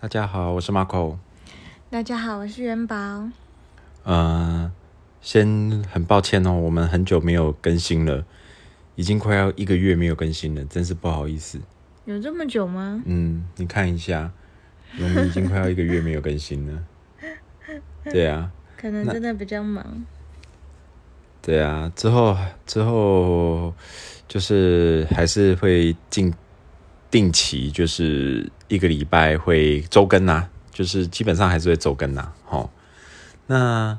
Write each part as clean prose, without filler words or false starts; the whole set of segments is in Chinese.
大家好，我是 Marco。 大家好，我是元宝。 先很抱歉哦，我们很久没有更新了，已经快要1个月没有更新了，真是不好意思。 有这么久吗？ 你看一下，我们已经快要1个月没有更新了。对啊， 可能真的比较忙。 对啊，之后就是还是会定期，就是1个礼拜会周更啊，就是基本上还是会周更啊。那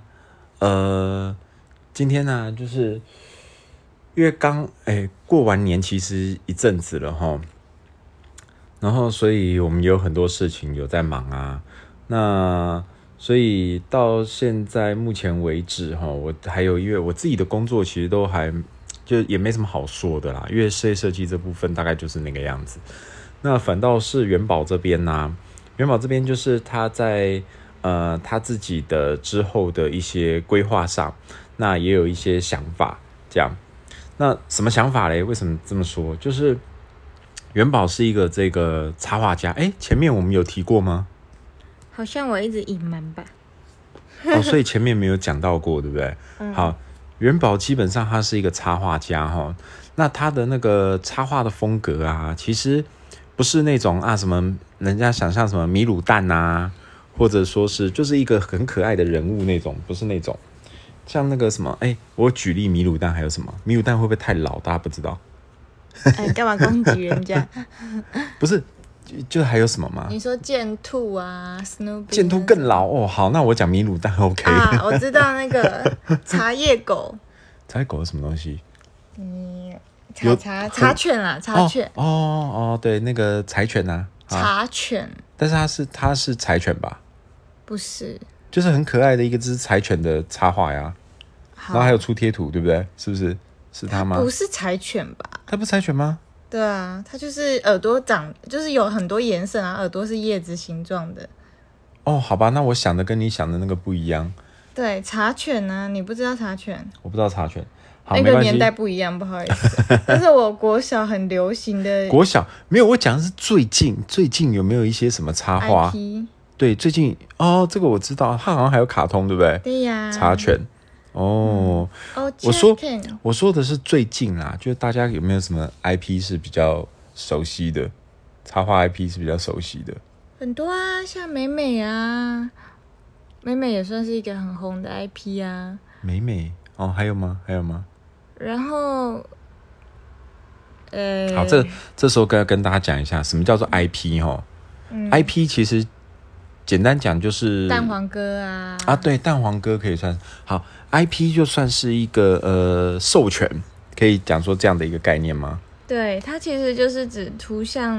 今天呢，就是因为刚过完年，其实一阵子了齁，然后所以我们有很多事情有在忙啊。那所以到现在目前为止齁，我还有因为我自己的工作其实都还就也没什么好说的啦，因为室内设计这部分大概就是那个样子。那反倒是元宝这边啊，元宝这边就是他在他自己的之后的一些规划上，那也有一些想法这样。那什么想法嘞？为什么这么说？就是元宝是一个这个插画家，前面我们有提过吗？ 好像我一直隐瞒吧。 所以前面没有讲到过，对不对？好，元宝基本上他是一个插画家齁，那他的那个插画的风格啊，其实不是那种什么人家想象什么米卤蛋啊，或者说是就是一个很可爱的人物那种，不是那种。像那个什么，我举例米卤蛋还有什么？米卤蛋会不会太老？大家不知道。 干嘛攻击人家？ 不是，就还有什么吗？ 你说剑兔啊 ，Snoopy。 剑兔更老哦。好，那我讲米卤蛋 OK。 我知道那个茶叶狗。 茶叶狗是什么东西？ 茶犬啦，茶犬。 对，那个柴犬啊。 茶犬。 但是它是柴犬吧？ 不是。 就是很可爱的一个只柴犬的插画呀。然后还有出贴图，对不对？是不是？是它吗？ 不是柴犬吧？ 它不是柴犬吗？ 对啊，它就是耳朵就是有很多颜色啊，耳朵是叶子形状的。 好吧，那我想的跟你想的那个不一样。 对，茶犬呢？你不知道茶犬？ 我不知道茶犬。好， 那个年代不一样，不好意思。但是我国小很流行的。 国小没有，我讲的是最近有没有一些什么插画 IP？ 对，最近这个我知道，它好像还有卡通，对不对？ 对呀。 茶犬。我说的是最近啦，就是大家有没有什么 IP 是比较熟悉的？插画 IP 是比较熟悉的。 很多啊，像美美啊，美美也算是一个很红的 IP 啊。 美美还有吗？ 然后， 好，这时候跟大家讲一下，什么叫做 IP IP 其实简单讲就是蛋黄哥啊。 对，蛋黄哥可以算好 IP， 就算是一个授权，可以讲说这样的一个概念吗？ 对，它其实就是指图像。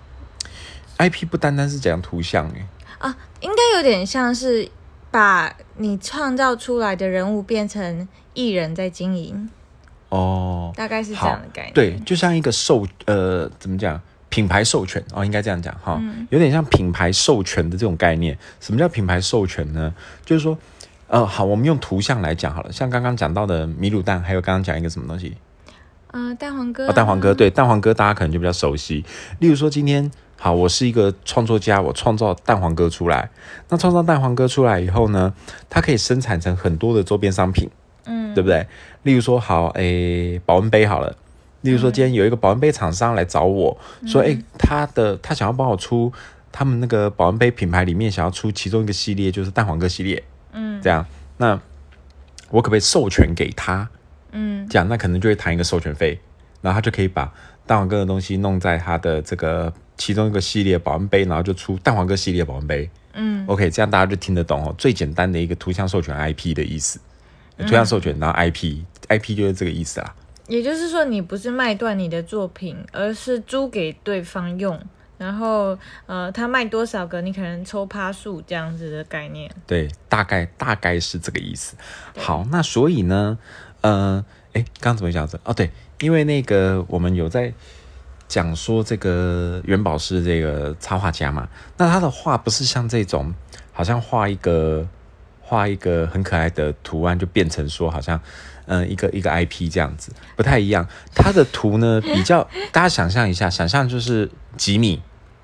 IP 不单单是讲图像应该有点像是把你创造出来的人物变成艺人在经营。大概是这样的概念。 对，就像一个怎么讲？品牌授权应该这样讲有点像品牌授权的这种概念。什么叫品牌授权呢？就是说，好，我们用图像来讲好了，像刚刚讲到的米卤蛋，还有刚刚讲一个什么东西？ 蛋黄哥。 蛋黄哥，对，蛋黄哥大家可能就比较熟悉。例如说，今天好，我是一个创作家，我创造蛋黄哥出来。那创造蛋黄哥出来以后呢，它可以生产成很多的周边商品，对不对？例如说，好，保温杯好了。例如说，今天有一个保温杯厂商来找我说，他想要帮我出他们那个保温杯品牌里面想要出其中一个系列，就是蛋黄哥系列，这样，那我可不可以授权给他？这样，那可能就会谈一个授权费，然后他就可以把蛋黄哥的东西弄在他的这个其中一个系列保温杯，然后就出蛋黄哥系列保温杯。OK， 这样大家就听得懂最简单的一个图像授权 IP 的意思，图像授权然后 IP 就是这个意思啦。 也就是说，你不是卖断你的作品，而是租给对方用，然后他卖多少个，你可能抽趴数这样子的概念。 对，大概是这个意思。好，那所以呢，刚刚怎么讲这？对，因为那个我们有在讲说这个元宝是这个插画家嘛，那他的画不是像这种，好像画一个很可爱的图案就变成说好像一个 IP 这样子，不太一样。他的图呢比较大家想象一下，想象就是吉米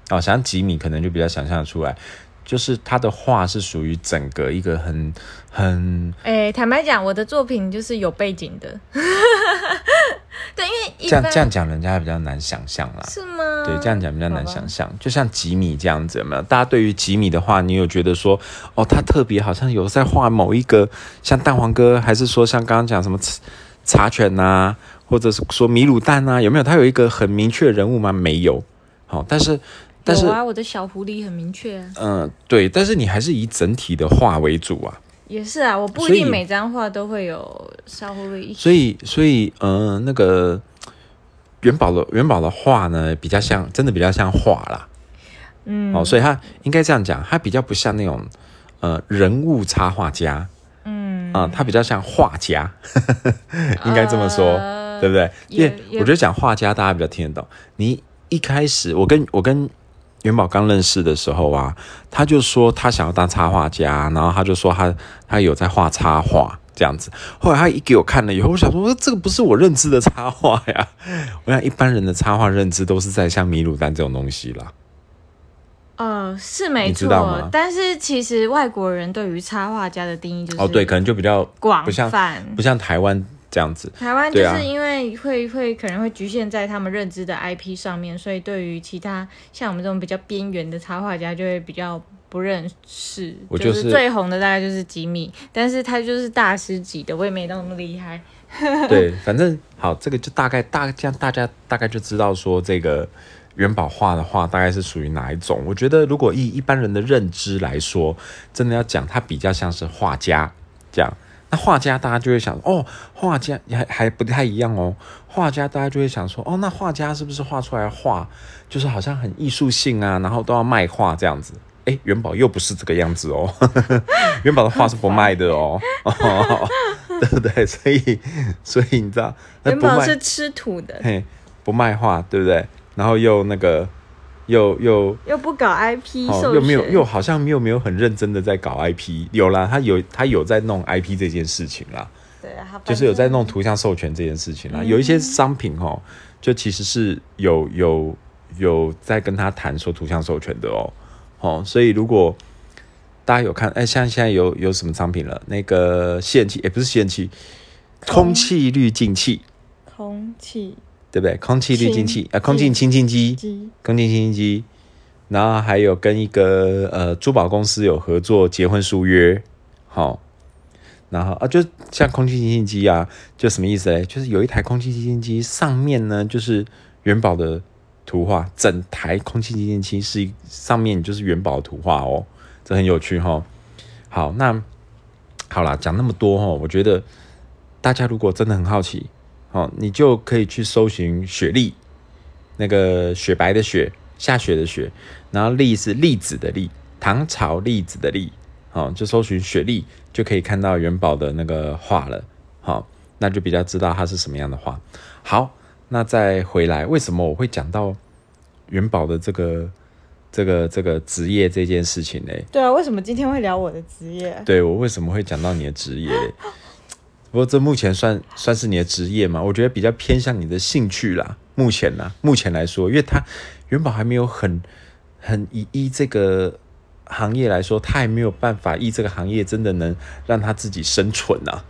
像吉米可能就比较想象得出来。就是他的画是属于整个一个很坦白讲，我的作品就是有背景的。对，因为这样讲人家比较难想象啦。 是吗？ 对，这样讲比较难想象。就像吉米这样子，有没有？大家对于吉米的话，你有觉得说，他特别好像有在画某一个像蛋黄哥，还是说像刚刚讲什么茶犬啊，或者是说米卤蛋啊，有没有？他有一个很明确的人物吗？没有。好，但是有啊，我的小狐狸很明确啊。 对，但是你还是以整体的画为主啊。 也是啊，我不一定每张画都会有小狐狸一起。所以那个元宝的画呢，真的比较像画啦。所以他应该这样讲，他比较不像那种人物插画家。他比较像画家，应该这么说，对不对？因为我觉得讲画家大家比较听得懂。你一开始我跟元宝刚认识的时候啊，他就说他想要当插画家，然后他就说他有在画插画这样子。后来他一给我看了以后，我想说这个不是我认知的插画呀。我想一般人的插画认知都是在像米卤蛋这种东西啦。 是没错，但是其实外国人对于插画家的定义就是对，可能就比较广泛， 不像台湾这样子。 台湾就是因为会可能会局限在他们认知的 IP 上面，所以对于其他像我们这种比较边缘的插画家就会比较不认识。就是最红的大概就是吉米，但是他就是大师级的，我也没那么厉害。 对，反正好，这个就这样大家大概就知道说这个元宝画的画大概是属于哪一种。我觉得如果以一般人的认知来说，真的要讲他比较像是画家这样。那画家大家就会想画家还不太一样哦。画家大家就会想说那画家是不是画出来的画就是好像很艺术性啊，然后都要卖画这样子。元宝又不是这个样子哦。元宝的画是不卖的哦。对不对？所以你知道元宝是吃土的， 不卖画，对不对？然后又那个又不搞 IP 授权， 又好像没有很认真的在搞 IP。有啦，他有在弄 IP 这件事情啦。 对啊， 就是有在弄图像授权这件事情啦。有一些商品就其实是有在跟他谈说图像授权的哦。所以如果大家有看，像现在有什么商品了？那个吸尘器，不是吸尘器，空气滤净器，对不对？空气滤净器空气清净机，然后还有跟一个珠宝公司有合作结婚书约，然后就像空气清净机啊，就什么意思嘞？就是有一台空气清净机上面呢就是元宝的图画，整台空气清净机上面就是元宝的图画哦。这很有趣好，那好啦，讲那么多我觉得大家如果真的很好奇你就可以去搜寻雪莉，那个雪白的雪，下雪的雪，然后莉是栗子的栗，唐朝栗子的栗，就搜寻雪莉就可以看到元宝的那个画了。那就比较知道它是什么样的画。好，那再回来，为什么我会讲到元宝的这个职业这件事情呢？ 对啊，为什么今天会聊我的职业？ 对，我为什么会讲到你的职业？不过这目前算是你的职业嘛？我觉得比较偏向你的兴趣啦。目前来说，因为他元宝还没有很依这个行业来说，他还没有办法依这个行业真的能让他自己生存啊。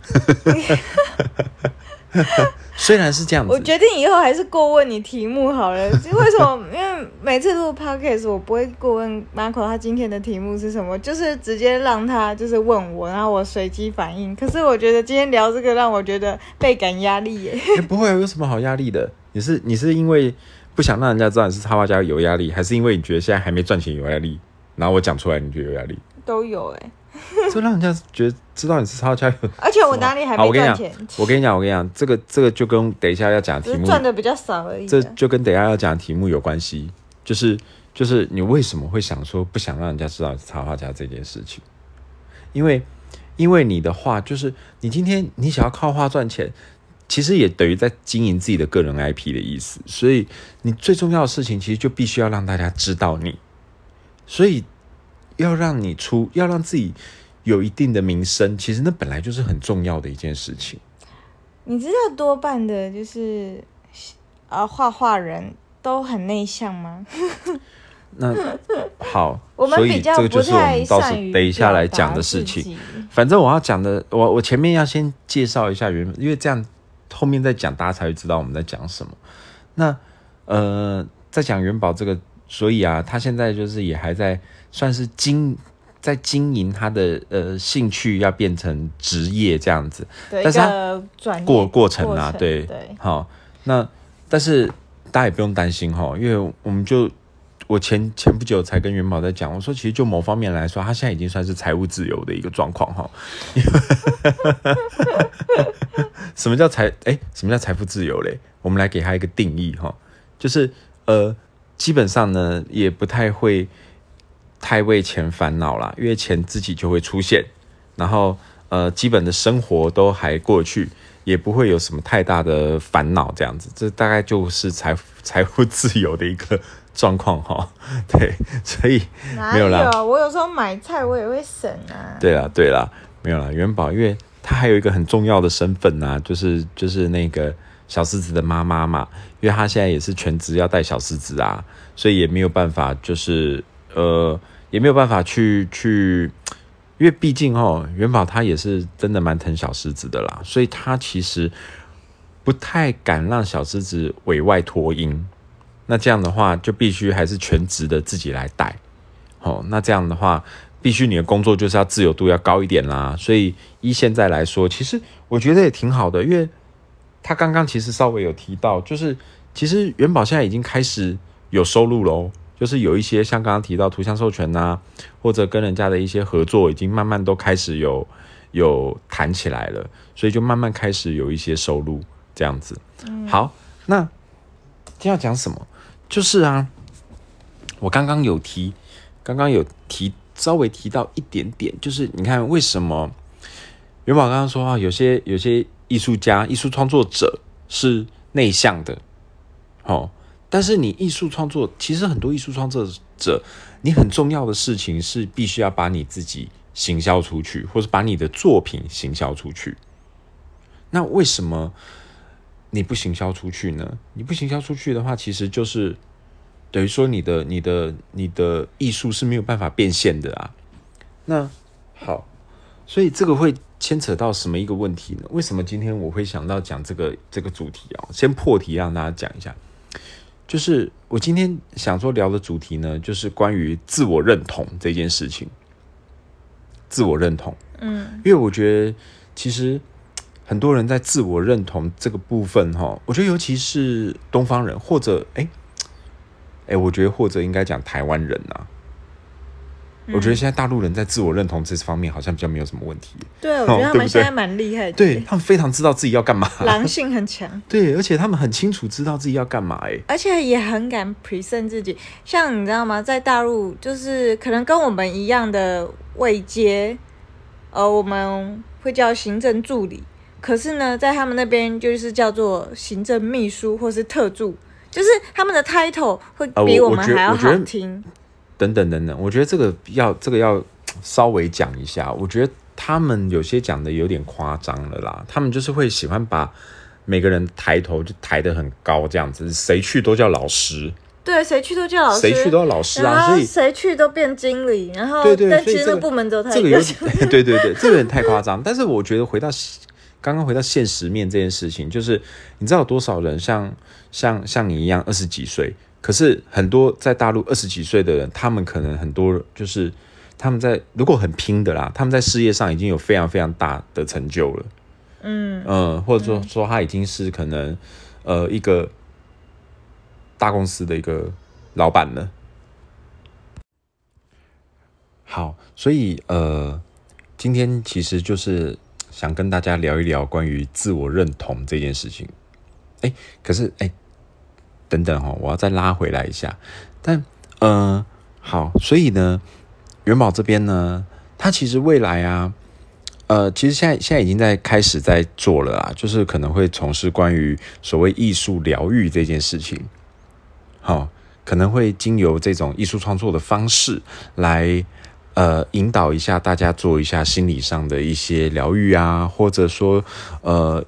虽然是这样子， 我决定以后还是过问你题目好了。为什么？因为每次录 podcast 我不会过问 Marco 他今天的题目是什么，就是直接让他就是问我，然后我随机反应。可是我觉得今天聊这个让我觉得倍感压力耶。 不会有什么好压力的。你是因为不想让人家知道你是插画家有压力，还是因为你觉得现在还没赚钱有压力？然后我讲出来你觉得有压力？ 都有这让人家知道你是插画家， 而且我哪里还没赚钱？ 我跟你讲，这个就跟等一下要讲的题目赚的比较少而已。 这就跟等一下要讲的题目有关系，就是你为什么会想说不想让人家知道你是插画家这件事情？因为你的画就是你今天你想要靠画赚钱，其实也等于在经营自己的个人 IP 的意思。所以你最重要的事情其实就必须要让大家知道你，所以要让自己有一定的名声，其实那本来就是很重要的一件事情。 你知道多半的就是画人都很内向吗？ 那好， 我们比较所以这个就是我们到时候等一下来讲的事情。反正我要讲的，我前面要先介绍一下因为这样后面再讲，大家才会知道我们在讲什么。那在讲元宝这个，所以啊，他现在就是也还在算是在经营他的兴趣，要变成职业这样子。 对， 但是他过程啊，对，好，那但是大家也不用担心哈，因为我前不久才跟元宝在讲，我说其实就某方面来说，他现在已经算是财务自由的一个状况哈。什么叫财富自由嘞？我们来给他一个定义哈，就是基本上呢也不太会太为钱烦恼啦，因为钱自己就会出现，然后基本的生活都还过去，也不会有什么太大的烦恼这样子，这大概就是财富自由的一个状况哈。对，所以没有啦。 哪有？我有时候买菜我也会省啊。 对啦，没有啦。元宝，因为他还有一个很重要的身份啊，就是那个小狮子的妈妈嘛，因为他现在也是全职要带小狮子啊，所以也没有办法，就是也没有办法去，因为毕竟元宝他也是真的蛮疼小狮子的啦，所以他其实不太敢让小狮子委外托婴。那这样的话，就必须还是全职的自己来带。那这样的话，必须你的工作就是要自由度要高一点啦。所以依现在来说，其实我觉得也挺好的，因为他刚刚其实稍微有提到，就是其实元宝现在已经开始有收入咯，就是有一些像刚刚提到图像授权啊，或者跟人家的一些合作，已经慢慢都开始有谈起来了，所以就慢慢开始有一些收入这样子。好，那今天要讲什么？就是啊，我刚刚有提，稍微提到一点点，就是你看为什么元宝刚刚说啊，有些艺术家、艺术创作者是内向的，但是你艺术创作，其实很多艺术创作者，你很重要的事情是必须要把你自己行销出去，或是把你的作品行销出去。那为什么你不行销出去呢？你不行销出去的话，其实就是等于说你的艺术是没有办法变现的啊。那好，所以这个会牵扯到什么一个问题呢？为什么今天我会想到讲这个主题啊？先破题让大家讲一下，就是我今天想说聊的主题呢，就是关于自我认同这件事情。自我认同，因为我觉得其实很多人在自我认同这个部分我觉得尤其是东方人，或者我觉得或者应该讲台湾人啊，我觉得现在大陆人在自我认同这方面好像比较没有什么问题。 对，我觉得他们现在蛮厉害的， 对，他们非常知道自己要干嘛， 狼性很强。 对，而且他们很清楚知道自己要干嘛， 而且也很敢 present 自己。像你知道吗，在大陆就是可能跟我们一样的位阶，我们会叫行政助理，可是呢，在他们那边就是叫做行政秘书或是特助，就是他们的 title 会比我们还要好听。 等等，我觉得这个要稍微讲一下。我觉得他们有些讲的有点夸张了啦，他们就是会喜欢把每个人抬头就抬得很高，这样子，谁去都叫老师。 对，谁去都叫老师， 谁去都要老师啊，所以谁去都变经理，然后但其实那部门只有他一个。 对，这个有点太夸张。但是我觉得刚刚回到现实面这件事情，就是你知道有多少人像你一样20几岁，可是很多在大陆20几岁的人，他们可能很多就是他们如果很拼的啦，他们在事业上已经有非常非常大的成就了，或者说他已经是可能一个大公司的一个老板了。好，所以今天其实就是想跟大家聊一聊关于自我认同这件事情。可是等等我要再拉回来一下。但好，所以呢，元宝这边呢，他其实未来啊，其实现在已经开始在做了啦，就是可能会从事关于所谓艺术疗愈这件事情。可能会经由这种艺术创作的方式来引导一下大家做一下心理上的一些疗愈啊，或者说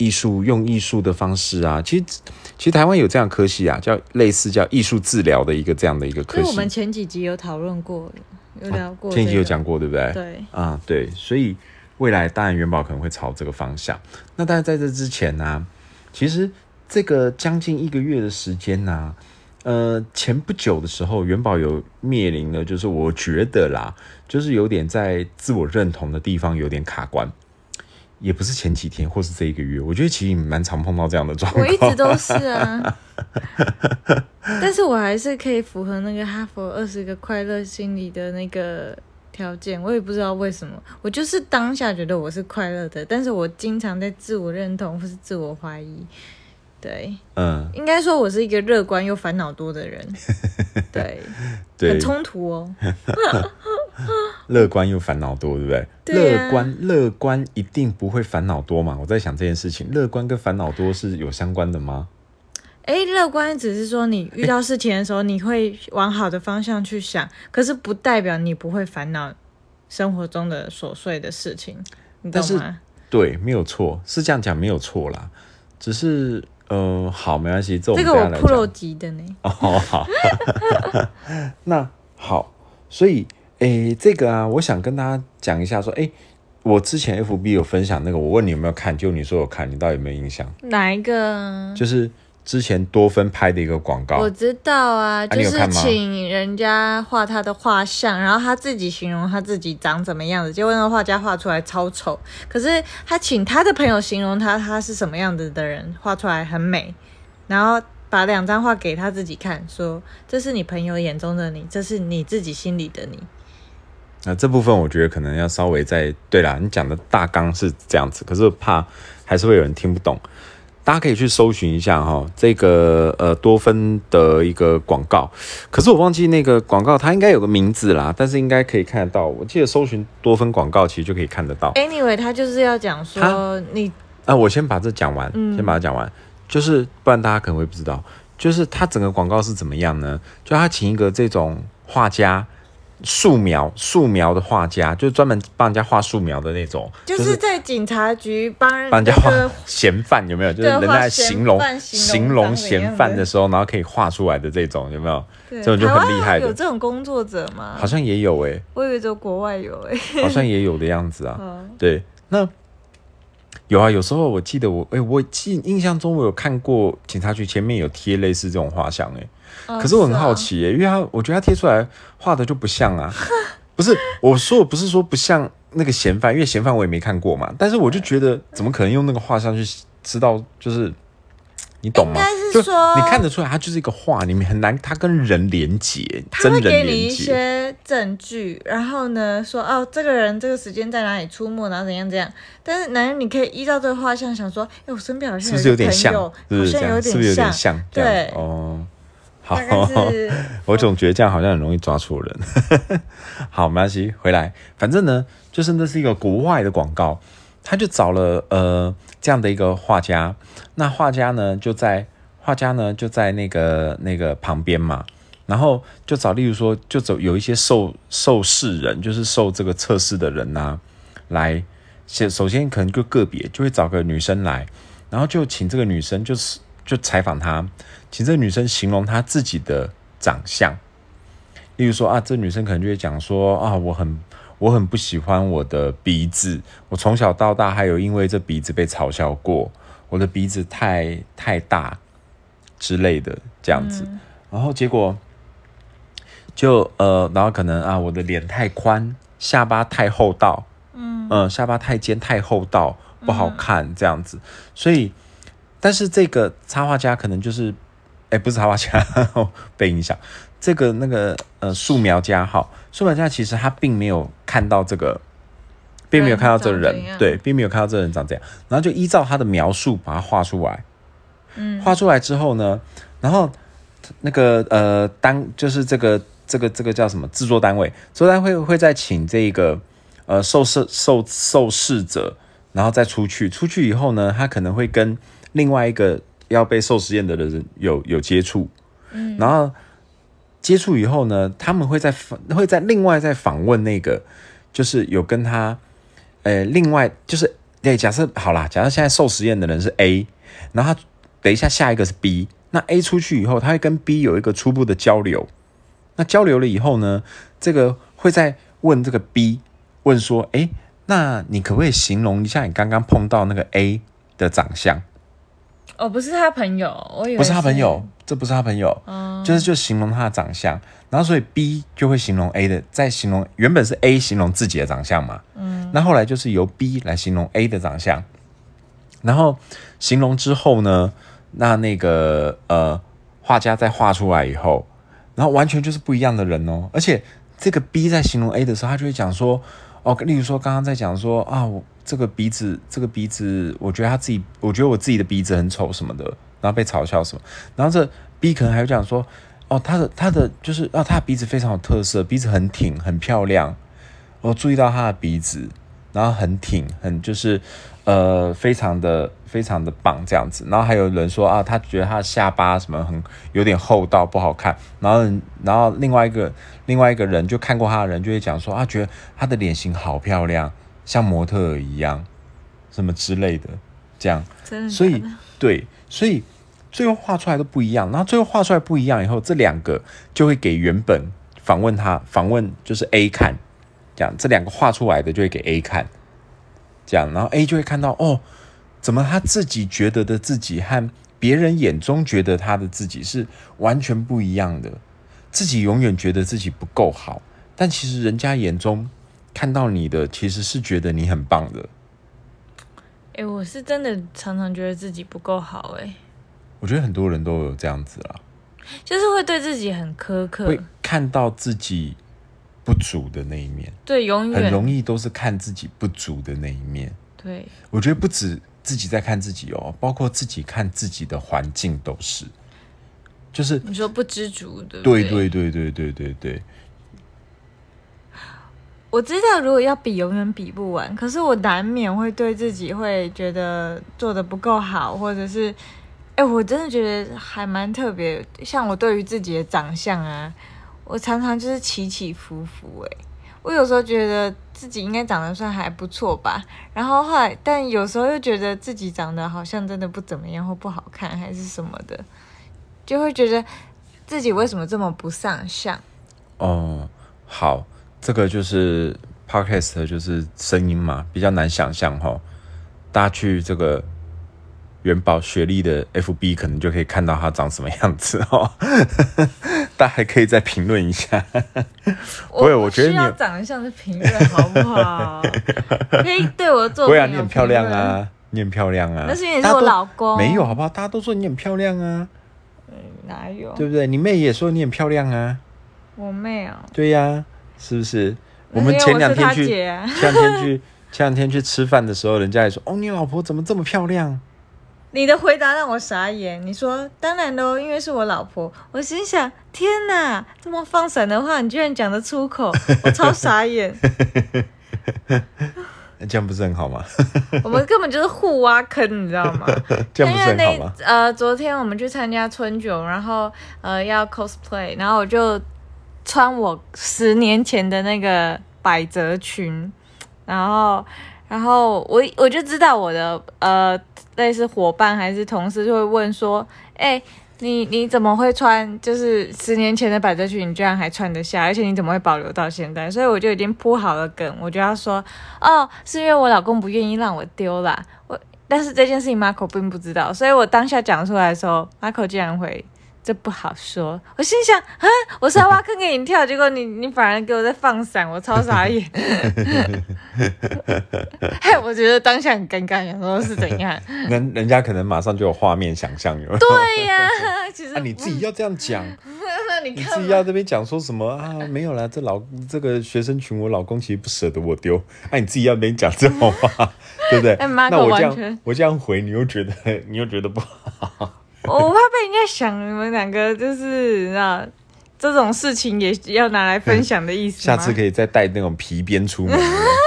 用艺术的方式啊，其实台湾有这样科系啊，类似叫艺术治疗的这样的一个科系。 所以我们前几集有讨论过，有聊过、 前几集有讲过，对不对？ 对啊，对，所以未来当然元宝可能会朝这个方向。那当然在这之前呢，其实这个将近1个月的时间呢，前不久的时候，元宝有面临了，就是我觉得啦，就是有点在自我认同的地方有点卡关。也不是前几天，或是这1个月，我觉得其实蛮常碰到这样的状况。 我一直都是啊，但是我还是可以符合那个哈佛20个快乐心理的那个条件。我也不知道为什么，我就是当下觉得我是快乐的，但是我经常在自我认同或是自我怀疑。对，应该说我是一个乐观又烦恼多的人。对，很冲突哦。 乐观又烦恼多，对不对？ 对啊， 乐观一定不会烦恼多嘛？我在想这件事情，乐观跟烦恼多是有相关的吗？ 乐观只是说你遇到事情的时候，你会往好的方向去想，可是不代表你不会烦恼生活中的琐碎的事情，你懂吗？ 对，没有错，是这样讲没有错啦，只是好，没关系，这个我 pro 级的呢。 哦，好，那好，所以这个啊，我想跟大家讲一下，说，我之前 FB 有分享那个，我问你有没有看，就你说有看，你到底有没有印象？ 哪一个？ 就是之前多芬拍的一个广告。 我知道啊，就是请人家画他的画像，然后他自己形容他自己长怎么样子，结果那个画家画出来超丑，可是他请他的朋友形容他是什么样子的人，画出来很美，然后把2张画给他自己看，说这是你朋友眼中的你，这是你自己心里的你。 那这部分我觉得可能要稍微对啦，你讲的大纲是这样子，可是怕还是会有人听不懂。大家可以去搜寻一下这个多芬的一个广告，可是我忘记那个广告它应该有个名字啦，但是应该可以看得到。我记得搜寻多芬广告其实就可以看得到。 Anyway， 他就是要讲说你我先把这讲完，先把它讲完，就是不然大家可能会不知道，就是他整个广告是怎么样呢？就他请一个这种画家。素描的画家，就是专门帮人家画素描的那种， 就是在警察局帮人家画嫌犯，有没有？就是人家形容嫌犯的时候，然后可以画出来的这种，有没有？这种就很厉害的。 有这种工作者吗？ 好像也有我以为只有国外有好像也有的样子啊。对，那有啊，有时候我记得印象中我有看过警察局前面有贴类似这种画像可是我很好奇因为我觉得他贴出来画的就不像啊，不是我不是说不像那个嫌犯，因为嫌犯我也没看过嘛，但是我就觉得怎么可能用那个画像去知道，就是你懂吗？ 就说你看得出来，它就是一个画，你很难它跟人连结， 他会给你一些证据，然后呢说这个人这个时间在哪里出没，然后怎样怎样，但是男人你可以依照这个画像想说，我身边好像有一个朋友， 是不是有点像？是不是有点像？ 对好，我总觉得这样好像很容易抓错人。好，没关系，回来，反正呢，就是那是一个国外的广告，他就找了这样的一个画家，那画家呢就在那个旁边嘛，然后就找，例如说就有一些受试人，就是受这个测试的人啊，来，首先可能就个别就会找个女生来，然后就请这个女生就采访她，请这个女生形容她自己的长相，例如说这女生可能就会讲说我很不喜欢我的鼻子，我从小到大还有因为这鼻子被嘲笑过，我的鼻子太大之类的这样子，然后结果就然后可能我的脸太宽，下巴太厚道，下巴太尖太厚道不好看这样子，所以。但是这个插画家可能就是不是插画家被影响，这个那个素描家其实他并没有看到这个，并没有看到这个人，对，并没有看到这个人长这样，然后就依照他的描述把它画出来，画出来之后呢，然后那个就是这个叫什么制作单位会再请这个受试者，然后再出去以后呢，他可能会跟另外一个要被受实验的人有接触，然后接触以后呢，他们会再另外再访问那个，就是有跟他另外就是对，假设好啦，假设现在受实验的人是 A， 然后他等一下下一个是 B， 那 A 出去以后，他会跟 B 有一个初步的交流。那交流了以后呢，这个会再问这个 B， 问说，那你可不可以形容一下你刚刚碰到那个 A 的长相？ 哦，不是他朋友，我以为不是他朋友，这不是他朋友，就形容他的长相，然后所以 B 就会形容 A 的，再形容原本是 A 形容自己的长相嘛，那后来就是由 B 来形容 A 的长相，然后形容之后呢，那个画家再画出来以后，然后完全就是不一样的人哦，而且这个 B 在形容 A 的时候，他就会讲说，例如说刚刚在讲说啊，我这个鼻子，我觉得我自己的鼻子很丑什么的，然后被嘲笑什么，然后这 B 可能还会讲说，他的就是他的鼻子非常有特色，鼻子很挺，很漂亮，我注意到他的鼻子，然后很挺，很就是非常的棒这样子，然后还有人说啊，他觉得他的下巴什么有点厚道不好看，然后另外一个人就看过他的人就会讲说啊，觉得他的脸型好漂亮，像模特儿一样，什么之类的，这样，所以最后画出来都不一样，然后最后画出来不一样以后，这两个就会给原本访问就是 A 看，这样这两个画出来的就会给 A 看。这样，然后 A 就会看到怎么他自己觉得的自己和别人眼中觉得他的自己是完全不一样的。自己永远觉得自己不够好，但其实人家眼中看到你的其实是觉得你很棒的。 我是真的常常觉得自己不够好我觉得很多人都有这样子啦， 就是会对自己很苛刻， 会看到自己不足的那一面， 对，永远很容易都是看自己不足的那一面。 对， 我觉得不止自己在看自己包括自己看自己的环境都是，就是你说不知足，对不对？ 对。 我知道，如果要比，永远比不完。可是我难免会对自己会觉得做得不够好，或者是，我真的觉得还蛮特别。像我对于自己的长相啊。我常常就是起起伏伏我有时候觉得自己应该长得算还不错吧，然后后来，但有时候又觉得自己长得好像真的不怎么样或不好看还是什么的，就会觉得自己为什么这么不上相。 好，这个就是 podcast 就是声音嘛，比较难想象大家去这个元宝学历的 FB 可能就可以看到他长什么样子大家还可以再评论一下我觉得你需要长得像是评论好不好可以对我做评论。 你很漂亮啊， 那是因为你是我老公。 没有好不好，大家都说你很漂亮啊。 哪有， 对不对？你妹也说你很漂亮啊。 我妹对呀，是不是？我们前两天去吃饭的时候，人家也说你老婆怎么这么漂亮。 你的回答让我傻眼。你说当然咯，因为是我老婆。我心想，天哪，这么放闪的话你居然讲得出口，我超傻眼这样不是很好吗我们根本就是互挖坑，你知道吗这样不是很好吗昨天我们去参加春酒，然后要 cosplay， 然后我就穿我10年前的那个百褶裙，然后我就知道我的类似伙伴还是同事就会问说，你怎么会穿就是10年前的百褶裙，你居然还穿得下，而且你怎么会保留到现在？所以我就已经铺好了梗，我就要说，是因为我老公不愿意让我丢啦。但是这件事情 Marco 并不知道，所以我当下讲出来的时候 Marco 竟然会这不好说。我心想我是要挖坑给你跳，结果你反而给我在放闪，我超傻眼我觉得当下很尴尬，想说是怎样人家可能马上就有画面想象有对呀其实你自己要这样讲那你自己要这边讲说什么没有啦，这个学生裙我老公其实不舍得我丢你自己要那边讲这种话对不对那我这样回你又觉得不好我怕被人家想你们两个就是这种事情也要拿来分享的意思吗？ 下次可以再带那种皮鞭出门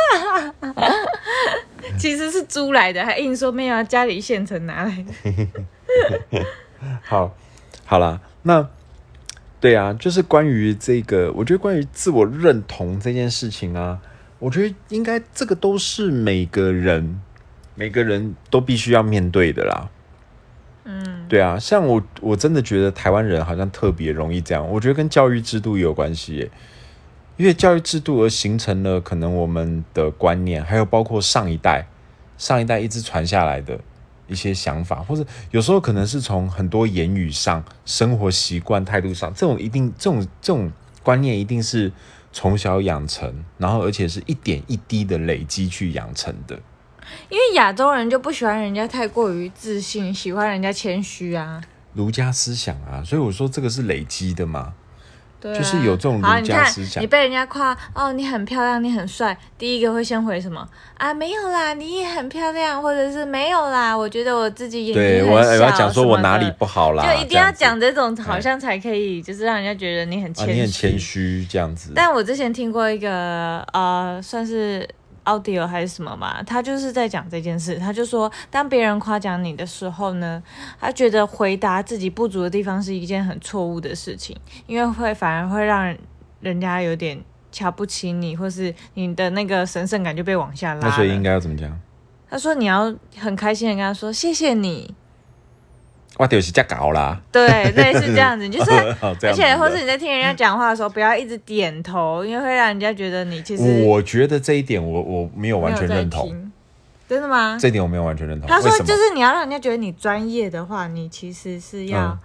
其实是租来的，还硬说没有家里现成拿来的好啦，那对啊，就是关于这个，我觉得关于自我认同这件事情我觉得应该这个都是每个人每个人都必须要面对的啦。对啊，像我真的觉得台湾人好像特别容易这样，我觉得跟教育制度也有关系耶。因为教育制度而形成了可能我们的观念，还有包括上一代一直传下来的一些想法，或者有时候可能是从很多言语上、生活习惯、态度上，这种观念一定是从小养成，然后而且是一点一滴的累积去养成的。 因为亚洲人就不喜欢人家太过于自信，喜欢人家谦虚啊， 儒家思想啊，所以我说这个是累积的嘛。 对啊， 就是有这种儒家思想。 你被人家夸哦，你很漂亮，你很帅，第一个会先回什么啊？没有啦，你也很漂亮，或者是没有啦，我觉得我自己眼睛很小， 对，我要讲说我哪里不好啦， 就一定要讲这种，好像才可以，就是让人家觉得你很谦虚， 你很谦虚这样子。 但我之前听过一个算是audio 还是什么嘛，他就是在讲这件事。他就说，当别人夸奖你的时候呢，他觉得回答自己不足的地方是一件很错误的事情，因为反而会让人家有点瞧不起你，或是你的那个神圣感就被往下拉了。 那所以应该要怎么讲？ 他说你要很开心的跟他说谢谢你。 我就是这样搞啦， 对，类似这样子，就是而且或是你在听人家讲话的时候，不要一直点头，因为会让人家觉得你其实。 我觉得这一点我没有完全认同。 真的吗？ 这一点我没有完全认同。 他说就是你要让人家觉得你专业的话，你其实是要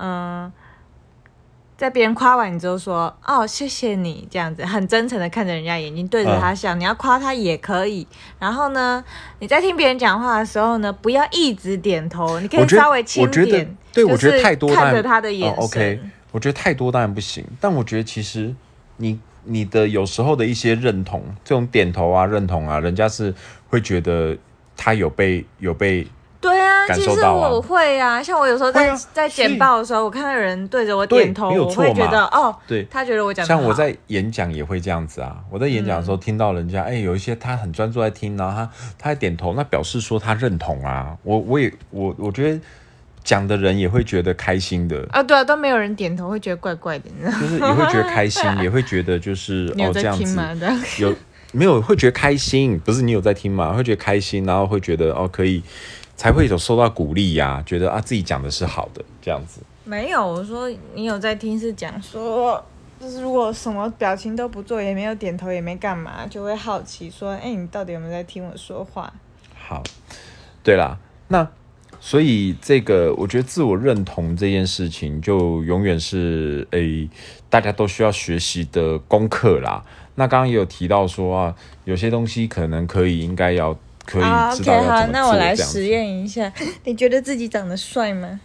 在别人夸完你之后说哦谢谢你，这样子很真诚的看着人家眼睛，对着他笑。你要夸他也可以，然后呢你在听别人讲话的时候呢，不要一直点头，你可以稍微轻点。 对，我觉得太多看着他的眼神。 OK， 我觉得太多当然不行，但我觉得其实你的有时候的一些认同，这种点头啊、认同啊，人家是会觉得他有被。 对啊，其实我会啊，像我有时候在简报的时候，我看到有人对着我点头，我会觉得对，他觉得我讲得好。 像我在演讲也会这样子啊，我在演讲的时候听到人家有一些他很专注在听，然后他还点头，那表示说他认同啊。我觉得讲的人也会觉得开心的啊，对啊，都没有人点头，会觉得怪怪的，你知道吗？ 就是也会觉得开心，也会觉得就是你有在这样子听吗？ 有没有会觉得开心？不是你有在听吗？会觉得开心，然后会觉得可以。才会有受到鼓励呀，觉得自己讲的是好的这样子。 没有，我说你有在听是讲说，就是如果什么表情都不做，也没有点头，也没干嘛，就会好奇说，你到底有没有在听我说话？ 好，对啦，那所以这个我觉得自我认同这件事情，就永远是大家都需要学习的功课啦。那刚刚也有提到说有些东西可能应该要。可以知道要怎么做。 OK， 好，那我来实验一下。你觉得自己长得帅吗？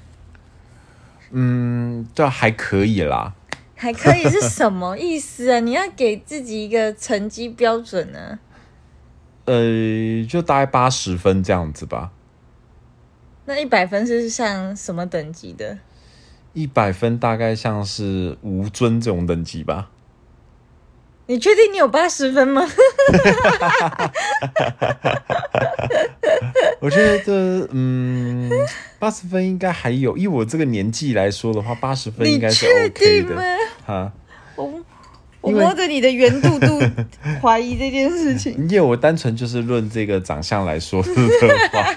就还可以啦。 还可以是什么意思啊？你要给自己一个成绩标准呢？ 就大概80分这样子吧。 那100分是像什么等级的 ？100分大概像是吴尊这种等级吧。 你确定你有80分吗？ 我觉得80分应该还有，以我这个年纪来说的话，80分应该是 OK 的。 你确定吗？ 哈， 我摸着你的圆肚肚怀疑这件事情。 因为我单纯就是论这个长相来说的话。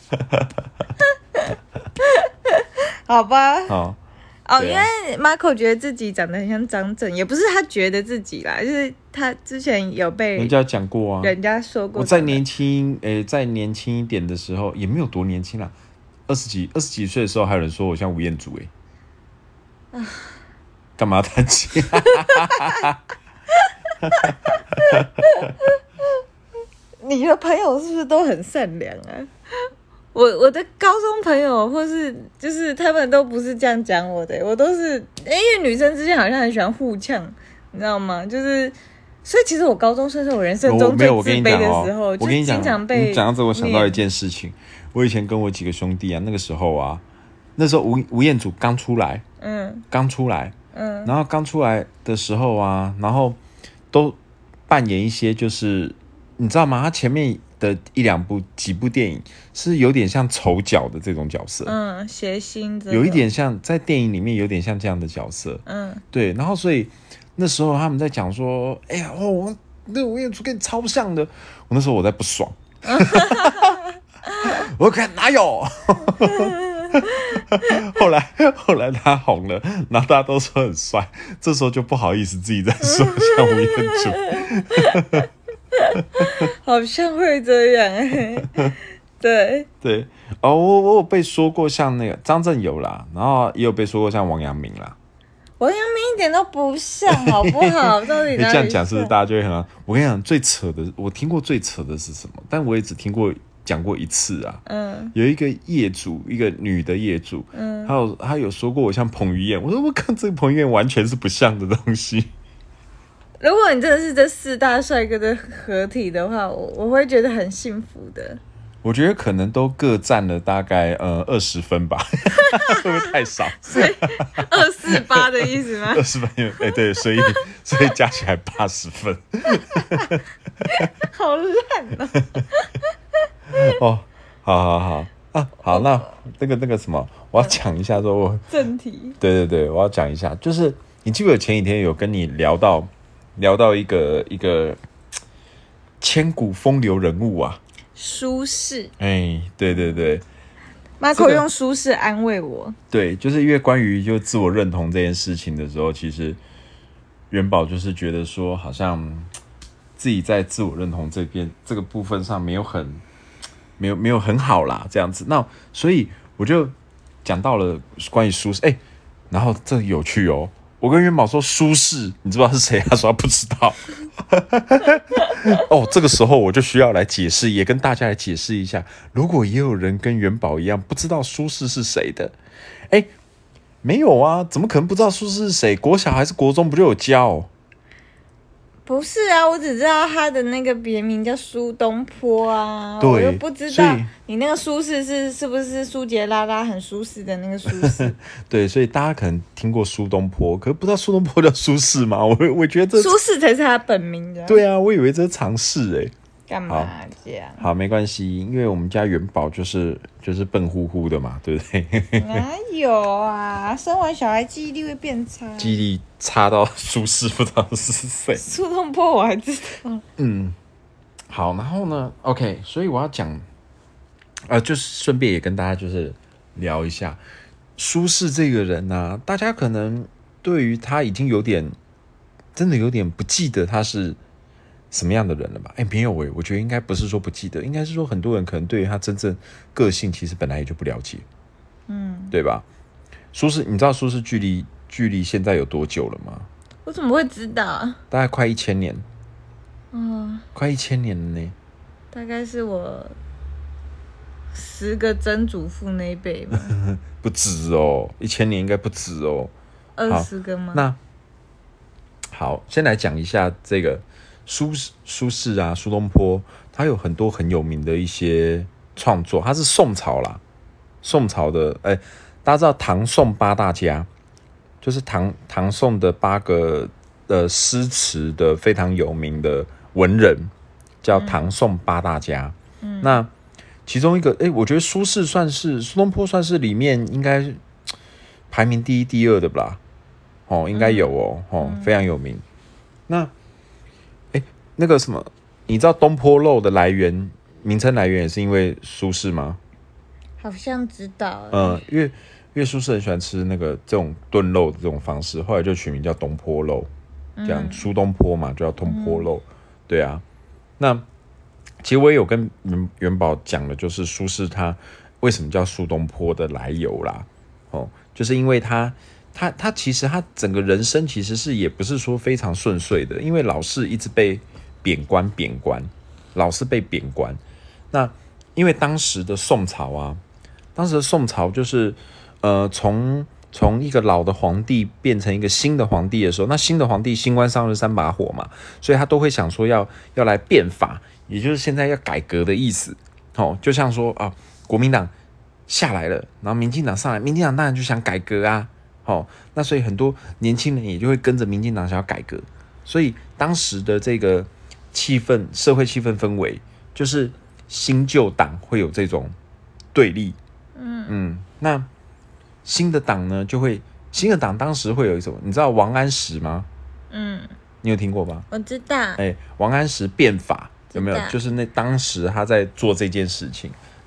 好吧。 好。 因为 Marco 觉得自己长得很像张震，也不是他觉得自己啦，就是他之前有被人家讲过啊， 人家说过。 我再年轻一点的时候，也没有多年轻啦，20几岁的时候，还有人说我像吴彦祖干嘛叹气？ 你的朋友是不是都很善良啊？我的高中朋友或是就是他们都不是这样讲我的，我都是因为女生之间好像很喜欢互呛，你知道吗？就是所以其实我高中算是我人生中最自卑的时候， 我跟你讲， 经常被你讲到这，我想到一件事情，我以前跟我几个兄弟那个时候吴彦祖刚出来，然后刚出来的时候然后都扮演一些就是你知道吗？他前面的几部电影是有点像丑角的这种角色， 谐星， 有一点像在电影里面有点像这样的角色，对。然后所以那时候他们在讲说，那吴彦祖跟你超像的，我那时候我在不爽， 我看哪有？后来他红了，然后大家都说很帅，这时候就不好意思自己在说像吴彦祖。 好像会这样对我有被说过像那个张振友啦，然后也有被说过像王阳明啦。 王阳明一点都不像，好不好？到底哪里像？ 这样讲是不是大家就会很？我跟你讲，最扯的，我听过最扯的是什么？但我也只听过讲过一次啊。有一个业主，一个女的业主，她有说过我像彭于晏。我说我看这个彭于晏完全是不像的东西。 如果你真的是这4大帅哥的合体的话，我会觉得很幸福的。 我觉得可能都各占了大概20分吧，会不会太少？ 所以248的意思吗 ？20分，对，所以加起来80分， 好烂哦！好，那那个什么，我要讲一下说正题。 对，我要讲一下，就是你记不记得前几天有跟你聊到一个千古风流人物啊？ 舒适， 对 Marco 用舒适安慰我。 对，就是因为关于就自我认同这件事情的时候，其实元宝就是觉得说，好像自己在自我认同这个部分上没有很好啦，这样子。那所以我就讲到了关于舒适，然后这有趣哦。我跟元宝说舒适，你知不知道是谁？他说他不知道。这个时候我就需要来解释，也跟大家来解释一下。如果也有人跟元宝一样不知道舒适是谁的，没有啊，怎么可能不知道舒适是谁？国小还是国中不就有教？ 不是啊，我只知道他的那个别名叫苏东坡啊， 对， 我又不知道你那个舒适是不是舒洁拉拉很舒适的那个舒适？ 对，所以大家可能听过苏东坡，可是不知道苏东坡叫舒适吗？我觉得舒适才是他本名的。 对啊，我以为这是常识干嘛这样？ 好，没关系，因为我们家元宝就是笨乎乎的嘛，对不对？ 哪有啊？生完小孩记忆力会变差， 记忆力差到舒适不知道是谁。 苏东坡我还知道。 好，然后呢 ？OK， 所以我要讲，就是顺便也跟大家就是聊一下舒适这个人啊，大家可能对于他已经真的有点不记得他是什么样的人了吧？没有我觉得应该不是说不记得，应该是说很多人可能对于他真正个性其实本来也就不了解，对吧？舒适，你知道舒适距离现在有多久了吗？ 我怎么会知道？ 大概快1000年，快1000年了呢。 大概是我10个曾祖父那一辈吧。 不止哦，1000年应该不止哦。 20个吗？ 那好，先来讲一下这个苏轼啊，苏东坡，他有很多很有名的一些创作，他是宋朝啦，宋朝的，大家知道唐宋8大家，就是唐宋的8个诗词的非常有名的文人，叫唐宋8大家。那其中一个，我觉得苏东坡算是里面应该排名第1、第2的吧。应该有非常有名。那个什么，你知道东坡肉的名称来源也是因为苏轼吗？ 好像知道。 因为苏轼很喜欢吃这种炖肉的这种方式，后来就取名叫东坡肉，这样苏东坡嘛，就叫东坡肉。对啊，那其实我也有跟元宝讲的，就是苏轼他为什么叫苏东坡的来由啦。就是因为他其实他整个人生其实也不是说非常顺遂的，因为老是一直被贬官，老是被贬官。那因为当时的宋朝就是从一个老的皇帝变成一个新的皇帝的时候，那新的皇帝新官上任3把火嘛，所以他都会想说要来变法，也就是现在要改革的意思。就像说国民党下来了，然后民进党上来，民进党当然就想改革啊。那所以很多年轻人也就会跟着民进党想要改革，所以当时的这个社会气氛氛围，就是新旧党会有这种对立。那新的党呢，新的党当时会有一种，你知道王安石吗？你有听过吗？ 我知道。 王安石变法有没有？就是当时他在做这件事情。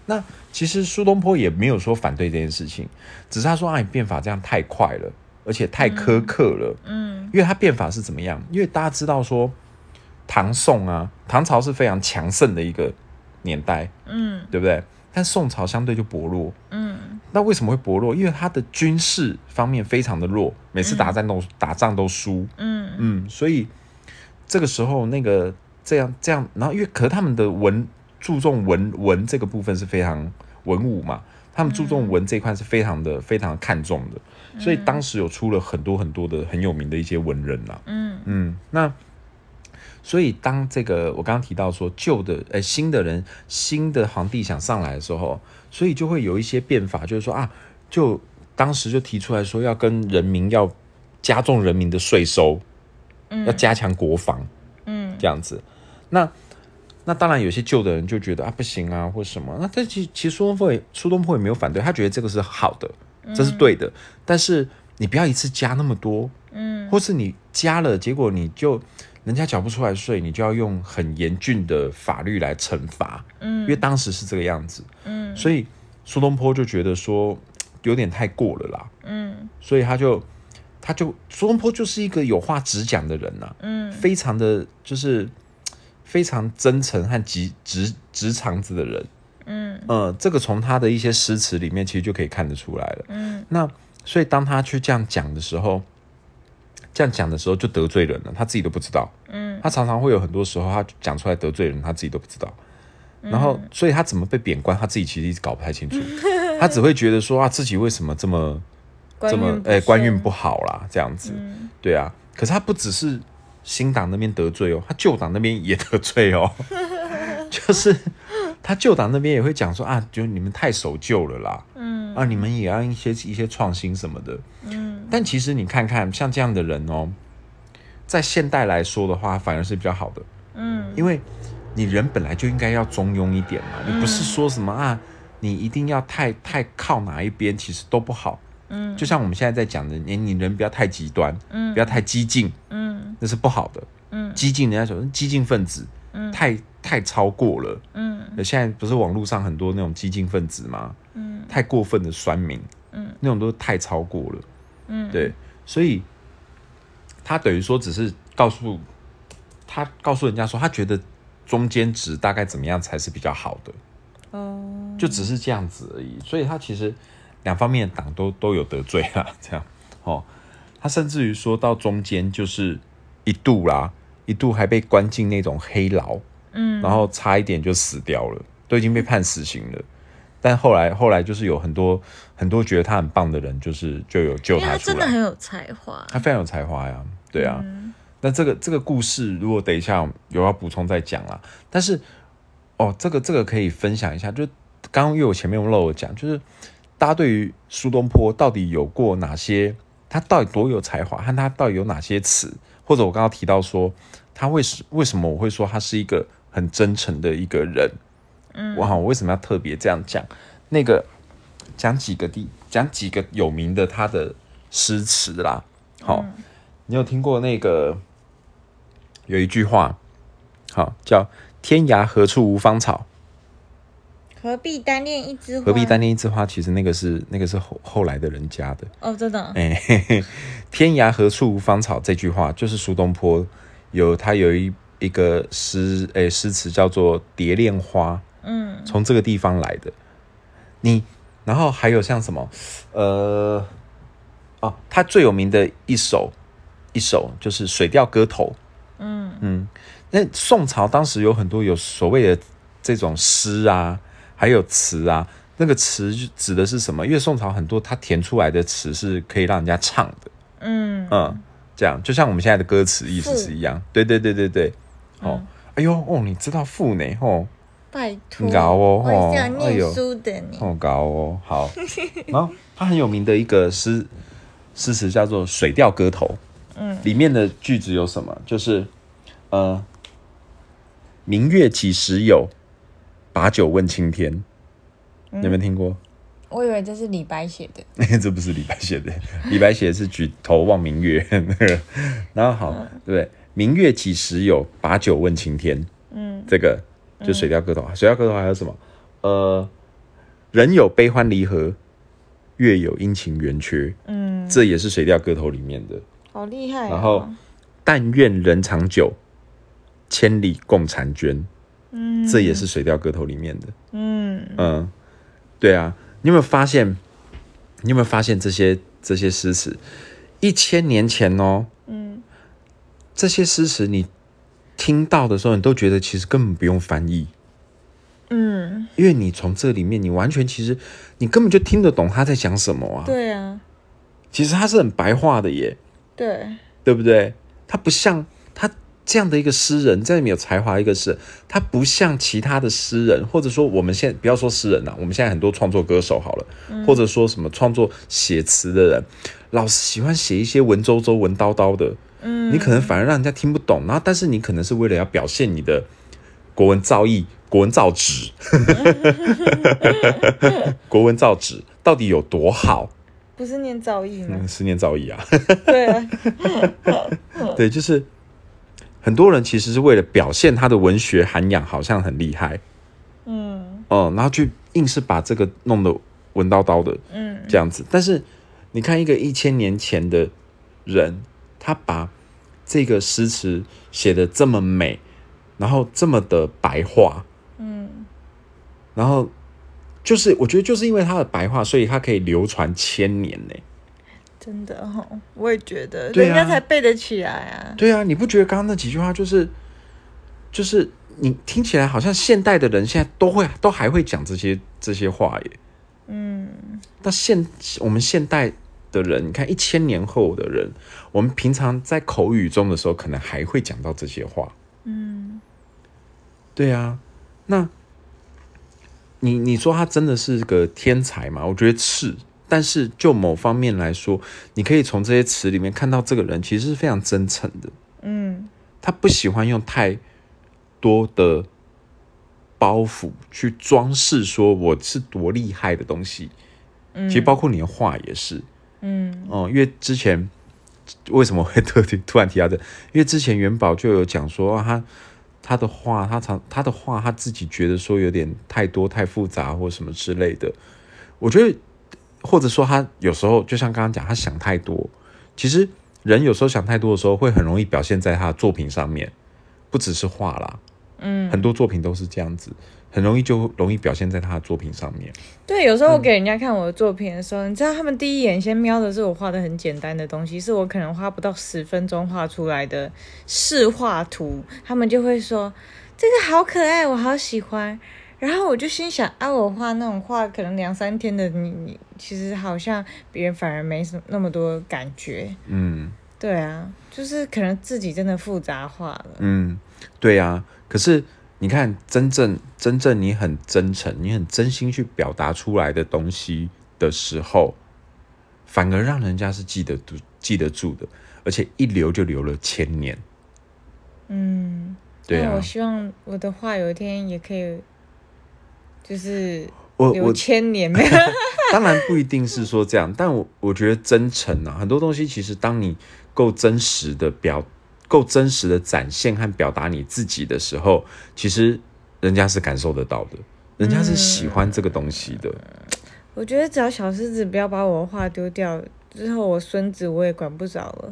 那其实苏东坡也没有说反对这件事情，只是他说你变法这样太快了，而且太苛刻了。因为他变法是怎么样？因为大家知道说唐宋啊，唐朝是非常强盛的一个年代，对不对？但宋朝相对就薄弱，那为什么会薄弱？因为他的军事方面非常的弱，每次打仗都输，所以这个时候那个这样，然后因为可是他们的注重文这个部分是非常文武嘛，他们注重文这一块是非常看重的，所以当时有出了很多很多的很有名的一些文人啦，那所以当这个我刚刚提到说新的皇帝想上来的时候，所以就会有一些变法，就是说就当时就提出来说要跟人民要加重人民的税收，要加强国防，这样子。那当然有些旧的人就觉得不行啊或什么，那但其实苏东坡也没有反对，他觉得这个是好的，这是对的，但是你不要一次加那么多，或是你加了结果你就人家缴不出来税，你就要用很严峻的法律来惩罚，因为当时是这个样子，所以苏东坡就觉得说有点太过了啦，所以他就苏东坡就是一个有话直讲的人呐，非常的就是非常真诚和直肠子的人，这个从他的一些诗词里面其实就可以看得出来了，那所以当他去这样讲的时候就得罪人了，他自己都不知道，他常常会有很多时候他讲出来得罪人，他自己都不知道，然后所以他怎么被贬官，他自己其实一直搞不太清楚，他只会觉得说自己为什么这么官运不好啦，这样子，对啊，可是他不只是新党那边得罪他旧党那边也得罪就是他旧党那边也会讲说就你们太守旧了啦，你们也要一些创新什么的，但其实你看看像这样的人在现代来说的话反而是比较好的，因为你人本来就应该要中庸一点嘛，你不是说什么你一定要太靠哪一边，其实都不好，就像我们现在在讲的，你人不要太极端，不要太激进，那是不好的，激进人家说激进分子，太超过了，现在不是网络上很多那种激进分子吗？太过分的酸民，那种都太超过了，对，所以他等于说只是告诉人家说，他觉得中间值大概怎么样才是比较好的，就只是这样子而已，所以他其实两方面的党都有得罪啦，这样，他甚至于说到中间就是一度还被关进那种黑牢，然后差一点就死掉了，都已经被判死刑了。但后来就是有很多觉得他很棒的人，就有救他出来。因为他真的很有才华， 他非常有才华呀，对啊。那这个故事，如果等一下有要补充再讲啦。但是这个可以分享一下，就刚刚因为我前面漏了讲，就是大家对于苏东坡到底有过哪些，他到底多有才华，和他到底有哪些词，或者我刚刚提到说他为什么我会说他是一个很真诚的一个人。我为什么要特别这样讲？那个讲几个有名的他的诗词啦。你有听过那个有一句话，叫“天涯何处无芳草， 何必单恋一枝花”。 何必单恋一枝花，其实那个是后来的人家的。 真的。 天涯何处无芳草这句话就是苏东坡他有一个诗词叫做《蝶恋花》。从这个地方来的。然后还有像什么他最有名的一首就是《水调歌头》。那宋朝当时有很多有所谓的这种诗啊，还有词啊，那个词指的是什么？因为宋朝很多他填出来的词是可以让人家唱的。这样就像我们现在的歌词意思是一样。对。哎呦你知道赋呢？ 拜托， 我是要念书的呢。 高好。然后他很有名的一个诗词叫做《水调歌头》。里面的句子有什么？就是明月几时有，把酒问青天。你有没有听过？ 我以为这是李白写的。 这不是李白写的，李白写的是举头望明月。然后好，对不对？明月几时有，把酒问青天。这个就水调歌头。水调歌头还有什么？ 人有悲欢离合，月有阴晴圆缺，这也是《水调歌头》里面的， 好厉害。 然后但愿人长久，千里共婵娟，这也是《水调歌头》里面的，对啊，你有没有发现这些诗词，1000年前哦，这些诗词你听到的时候，你都觉得其实根本不用翻译，因为你从这里面，你完全其实你根本就听得懂他在讲什么啊。 对啊， 其实他是很白话的耶，对不对？他不像他这样的一个诗人，这样有才华一个诗人，他不像其他的诗人，或者说我们现在不要说诗人啦，我们现在很多创作歌手好了，或者说什么创作写词的人，老是喜欢写一些文绉绉、文叨叨的，你可能反而让人家听不懂，然后但是你可能是为了要表现你的国文造诣、国文造诣，国文造诣到底有多好？ 不是念造诣吗？ 是念造诣啊。 对啊， 对，就是很多人其实是为了表现他的文学涵养好像很厉害，然后去硬是把这个弄得文叨叨的，这样子。但是你看一个1000年前的人，他把这个诗词写得这么美，然后这么的白话，然后就是我觉得就是因为他的白话，所以他可以流传1000年呢。 真的哦，我也觉得， 对啊， 人家才背得起来啊。 对啊，你不觉得刚刚那几句话就是你听起来好像现代的人现在都还会讲这些话耶。那我们现代的人，你看1000年后的人，我们平常在口语中的时候，可能还会讲到这些话。对啊，那你说他真的是个天才吗？我觉得是，但是就某方面来说，你可以从这些词里面看到这个人其实是非常真诚的。他不喜欢用太多的包袱去装饰说我是多厉害的东西。其实包括你的话也是。因为之前为什么会突然提到这？因为之前元宝就有讲说，他的话，他自己觉得说有点太多太复杂或什么之类的。我觉得，或者说他有时候就像刚刚讲，他想太多。其实人有时候想太多的时候，会很容易表现在他的作品上面，不只是画啦，很多作品都是这样子，很容易表现在他的作品上面。 对，有时候我给人家看我的作品的时候，你知道他们第一眼先瞄的是我画的很简单的东西，是我可能花不到10分钟画出来的示画图，他们就会说这个好可爱，我好喜欢。然后我就心想啊，我画那种画可能2-3天的，你其实好像别人反而没那么多感觉。对啊，就是可能自己真的复杂化了。 对啊。可是你看，真正你很真诚，你很真心去表达出来的东西的时候，反而让人家是记得住的，而且一留就留了1000年。对啊。 我希望我的画有一天也可以，就是留1000年。 当然不一定是说这样，但我觉得真诚啊，很多东西其实当你够真实的展现和表达你自己的时候，其实人家是感受得到的，人家是喜欢这个东西的。 我觉得只要小狮子不要把我的画丢掉，之后我孙子我也管不着了。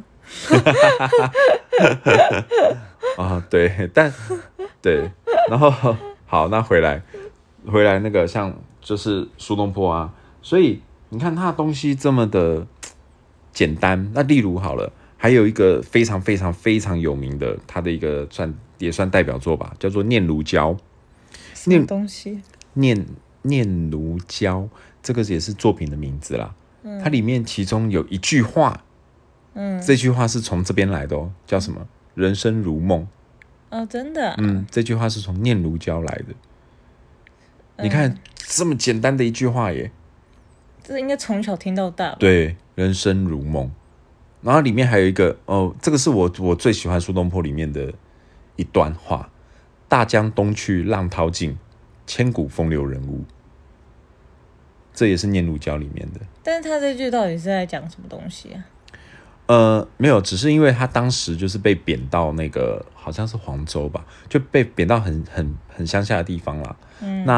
对，对，然后好，那回来那个像就是苏东坡啊，所以你看他的东西这么的简单。那例如好了，还有一个非常非常非常有名的，他的一个也算代表作吧，叫做《念奴娇》。 什么东西？ 念奴娇，这个也是作品的名字啦。它里面其中有一句话，这句话是从这边来的哦，叫什么？人生如梦。 真的？ 这句话是从念奴娇来的。你看这么简单的一句话耶， 这应该从小听到大吧？ 对，人生如梦。然后里面还有一个这个是我最喜欢苏东坡里面的一段话：大江东去浪淘尽，千古风流人物。这也是念奴娇里面的。 但是他这句到底是在讲什么东西啊？ 没有，只是因为他当时就是被贬到那个好像是黄州吧，就被贬到很乡下的地方啦。那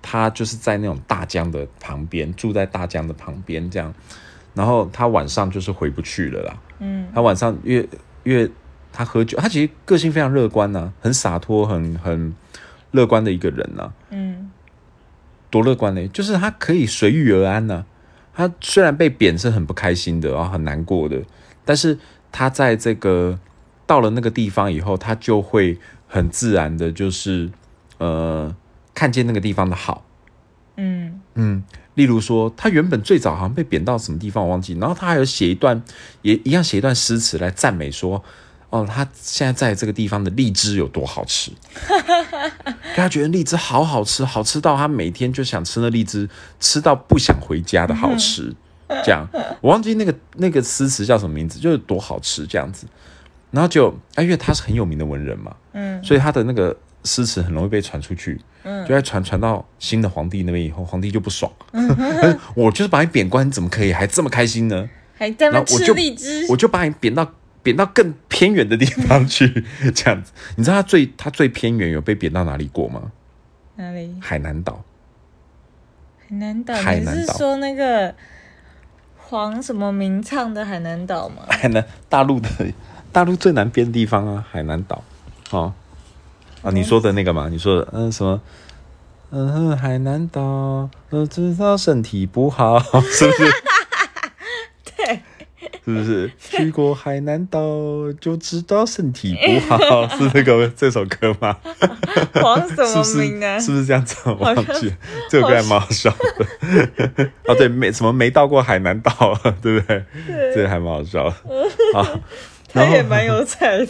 他就是在那种大江的旁边，住在大江的旁边这样，然后他晚上就是回不去了啦。他晚上因为他喝酒，他其实个性非常乐观啊，很洒脱，很乐观的一个人啊。多乐观呢？就是他可以随遇而安啊。他虽然被贬是很不开心的，然后很难过的，但是他在这个到了那个地方以后，他就会很自然的，就是看见那个地方的好。例如说，他原本最早好像被贬到什么地方我忘记，然后他还有写一段，也一样写一段诗词来赞美说，他现在在这个地方的荔枝有多好吃，他觉得荔枝好好吃，好吃到他每天就想吃那荔枝，吃到不想回家的好吃。这样，我忘记那个诗词叫什么名字，就是多好吃这样子。然后因为他是很有名的文人嘛，所以他的那个诗词很容易被传出去，就在传到新的皇帝那边以后，皇帝就不爽，我就是把你贬官，怎么可以还这么开心呢？ 还在那吃荔枝， 我就把你贬到更偏远的地方去，这样子。你知道他最偏远有被贬到哪里过吗？ 哪里？ 海南岛。 海南岛，你是说那个黄什么明唱的海南岛吗？ 海南大陆最南边的地方啊，海南岛。你说的那个嘛？你说的什么？海南岛，知道身体不好，是不是？ 对。 是不是去过海南岛就知道身体不好？是这首歌吗？ 黄什么名啊？ 是不是这样子？我忘记了，这首歌还蛮好笑的。对，没到过海南岛，对不对？这个还蛮好笑的。 他也蛮有才的。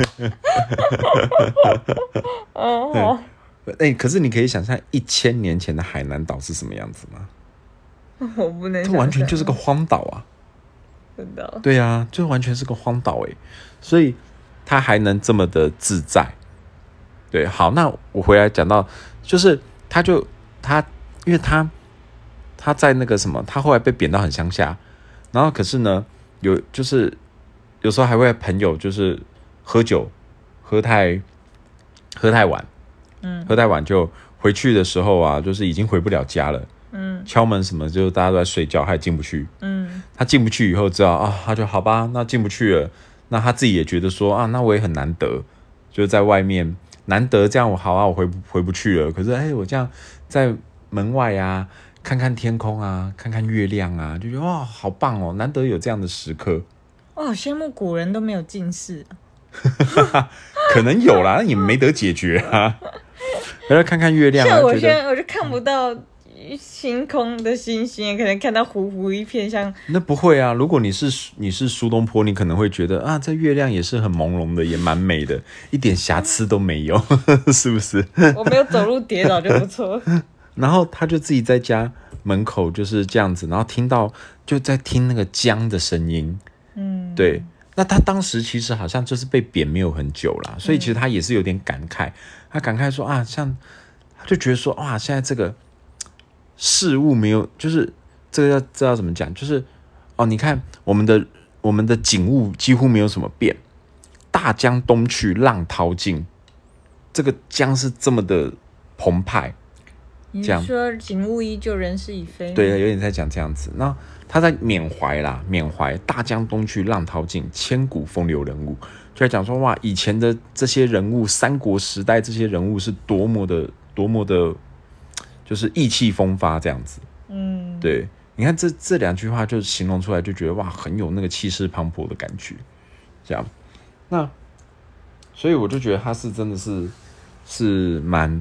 可是你可以想象1000年前的海南岛是什么样子吗？ 我不能想象， 这完全就是个荒岛啊！对啊，就完全是个荒岛所以他还能这么的自在。对，好，那我回来讲到，就是因为他在那个什么，他后来被贬到很乡下，然后可是呢，有时候还会朋友就是喝酒喝太晚，喝太晚就回去的时候啊，就是已经回不了家了。敲门什么，就大家都在睡觉，他也进不去。他进不去以后知道他就好吧，那进不去了，那他自己也觉得说那我也很难得，就是在外面难得这样，我好啊，我回不去了。可是我这样在门外啊，看看天空啊，看看月亮啊，就觉得哇，好棒哦，难得有这样的时刻。 我好羡慕古人都没有近视。 可能有啦，那你没得解决啊。回来看看月亮， 像我现在我就看不到星空的星星，可能看到糊糊一片，像那不会啊。如果你是苏东坡，你可能会觉得这月亮也是很朦胧的，也蛮美的，一点瑕疵都没有，是不是？ 我没有走路跌倒就不错。 然后他就自己在家门口就是这样子，然后就在听那个江的声音。对。那他当时其实好像就是被贬没有很久啦，所以其实他也是有点感慨。他感慨说像他就觉得说现在这个事物没有，就是这要怎么讲？就是你看我们的景物几乎没有什么变，大江东去，浪淘尽，这个江是这么的澎湃。 你是说景物依旧，人事已非？ 对，有点在讲这样子。那他在缅怀大江东去，浪淘尽，千古风流人物，就在讲说以前的这些人物，三国时代这些人物是多么的，就是意气风发这样子。对，你看这两句话就形容出来，就觉得很有那个气势磅礴的感觉。这样，那所以我就觉得他是真的是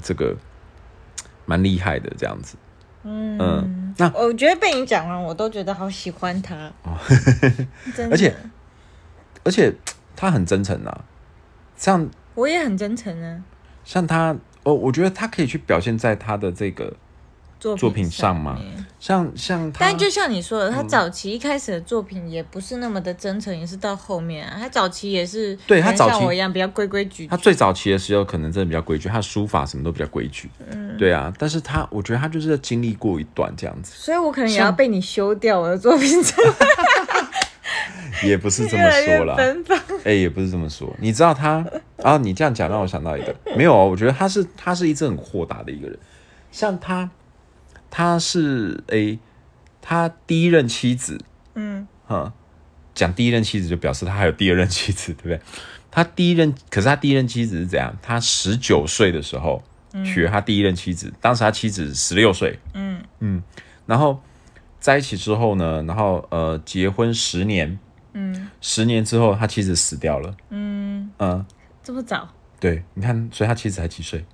蛮厉害的这样子。那我觉得被你讲完，我都觉得好喜欢他。真的， 而且他很真诚啊，像我也很真诚啊。 像他，我觉得他可以去表现在他的这个作品上嘛，像他， 但就像你说的，他早期一开始的作品也不是那么的真诚，也是到后面他早期也是对他早期像我一样比较规规矩矩。 他最早期的时候可能真的比较规矩，他的书法什么都比较规矩。对啊，但是我觉得他就是经历过一段这样子， 所以我可能也要被你修掉我的作品。 也不是这么说啦，也不是这么说。你知道他你这样讲让我想到一个，没有我觉得他是一直很豁达的一个人。像他他是他第一任妻子，讲第一任妻子就表示他还有第二任妻子，对不对？可是他第一任妻子是怎样？他19岁的时候娶了他第一任妻子，当时他妻子16岁，然后在一起之后呢，然后结婚10年，10年之后他妻子死掉了， 这么早？ 对，你看，所以他妻子才几岁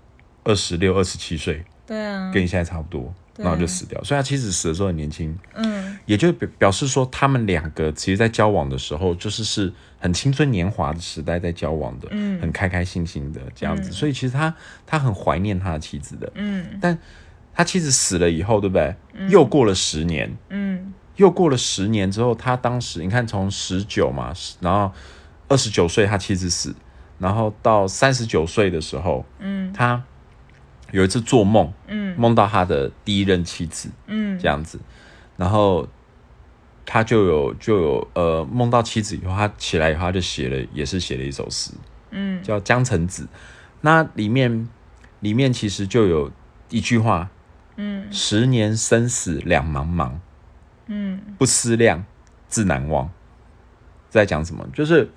？26、27岁， 对啊， 跟你现在差不多，然后就死掉。所以他妻子死的时候很年轻，也就表示说他们两个其实在交往的时候，是很青春年华的时代在交往的，很开开心心的这样子。所以其实他很怀念他的妻子的，但他妻子死了以后，对不对？又过了10年，又过了10年之后，他当时你看从19嘛，然后29岁他妻子死。然后到39岁的时候，他有一次做梦，梦到他的第一任妻子，这样子，然后他就有梦到妻子以后，他起来以后他就写了一首诗，叫《江城子》。那里面其实就有一句话，10年生死两茫茫，不思量，自难忘。在讲什么？就是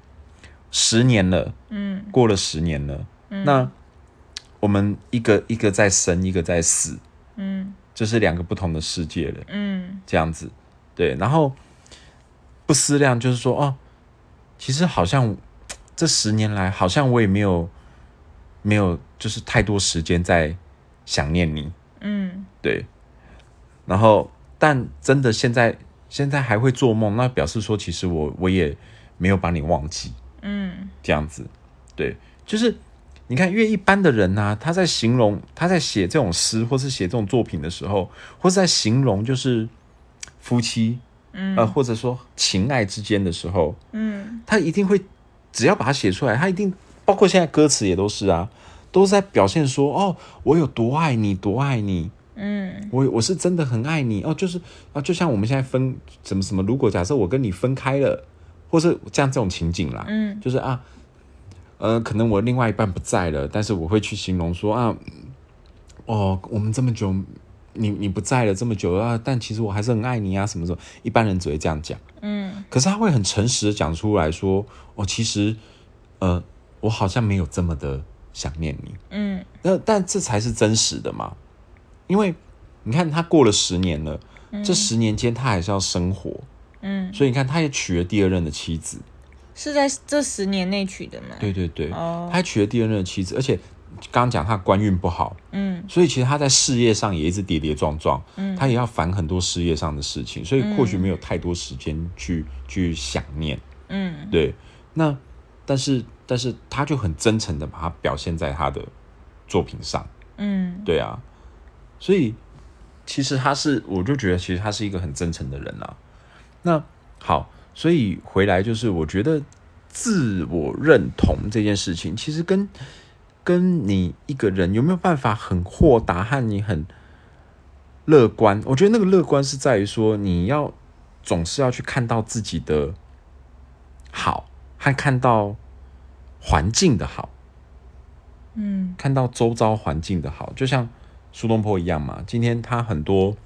10年了，过了10年了，那我们一个在生，一个在死，这是2个不同的世界了，这样子，对。然后不思量，就是说，其实好像这10年来，好像我也没有就是太多时间在想念你，对。然后，但真的现在还会做梦，那表示说，其实我也没有把你忘记。这样子，对，就是你看，因为一般的人啊，他在写这种诗，或是写这种作品的时候，或是在形容就是夫妻，或者说情爱之间的时候，他一定会只要把它写出来，他一定包括现在歌词也都是啊，都是在表现说，我有多爱你，多爱你。我是真的很爱你就是就像我们现在分什么什么，如果假设我跟你分开了。或是这种情景啦，就是可能我另外一半不在了，但是我会去形容说我们这么久，你不在了这么久但其实我还是很爱你啊，什么什么，一般人只会这样讲，可是他会很诚实的讲出来说，其实我好像没有这么的想念你，但这才是真实的嘛，因为你看他过了10年了，这10年间他还是要生活。所以你看，他也娶了第二任的妻子， 是在这10年内娶的吗？ 对对对，他还娶了第二任的妻子，而且刚刚讲他官运不好，所以其实他在事业上也一直跌跌撞撞，他也要烦很多事业上的事情，所以或许没有太多时间去想念，对，那但是他就很真诚的把它表现在他的作品上，对啊，所以其实我就觉得其实他是一个很真诚的人啊。那好，所以回来就是我觉得自我认同这件事情，其实跟你一个人有没有办法很豁达和你很乐观，我觉得那个乐观是在于说你总是要去看到自己的好，和看到环境的好，看到周遭环境的好，就像苏东坡一样嘛。今天他很多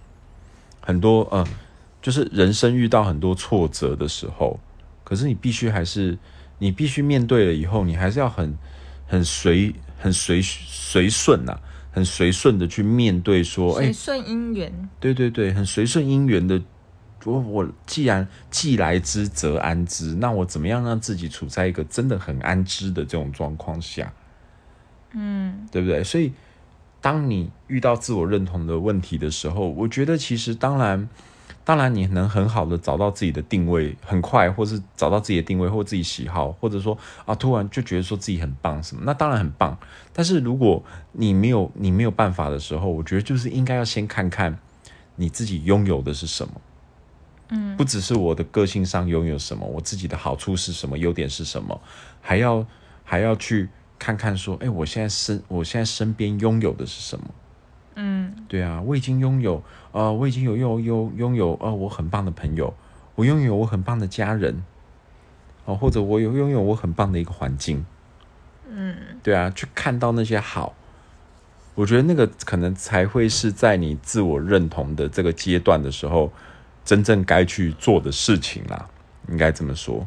就是人生遇到很多挫折的时候，可是你必须面对了以后，你还是要很随顺呐，很随顺的去面对说， 随顺因缘， 对对对，很随顺因缘的。我既然既来之则安之，那我怎么样让自己处在一个真的很安之的这种状况下？对不对？所以当你遇到自我认同的问题的时候，我觉得其实当然你能很好的找到自己的定位，很快，或是找到自己的定位或自己喜好，或者说突然就觉得说自己很棒什么，那当然很棒。但是如果你没有办法的时候，我觉得就是应该要先看看你自己拥有的是什么。不只是我的个性上拥有什么，我自己的好处是什么，优点是什么，还要去看看说，我现在身边拥有的是什么。对啊，我已经拥有拥有我很棒的朋友，我拥有我很棒的家人，或者我拥有我很棒的一个环境。对啊，去看到那些好， 我觉得那个可能才会是在你自我认同的这个阶段的时候，真正该去做的事情啦，应该这么说。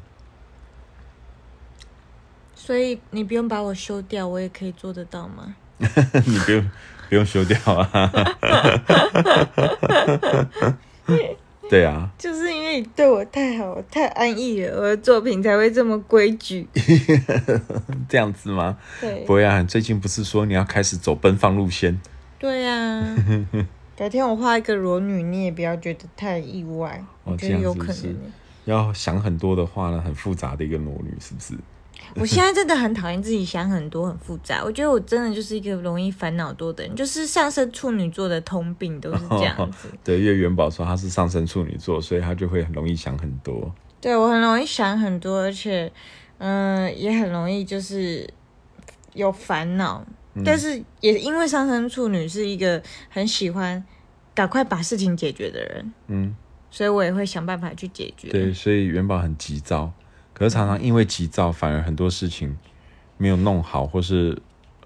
所以你不用把我休掉，我也可以做得到吗？ 你不用休掉啊。对啊， 就是因为你对我太好，太安逸了，我的作品才会这么规矩。 这样子吗？ 对， 不会啊，最近不是说你要开始走奔放路线？ 对啊。改天我画一个裸女，你也不要觉得太意外。我觉得有可能是要想很多的话呢，很复杂的一个裸女，是不是？ 我现在真的很讨厌自己想很多很复杂，我觉得我真的就是一个容易烦恼多的人，就是上升处女座的通病都是这样子。 对，因为元宝说他是上升处女座，所以他就会很容易想很多。 对，我很容易想很多，而且也很容易就是有烦恼。但是也因为上升处女是一个很喜欢赶快把事情解决的人，所以我也会想办法去解决。 对，所以元宝很急躁。可是常常因为急躁，反而很多事情没有弄好，或是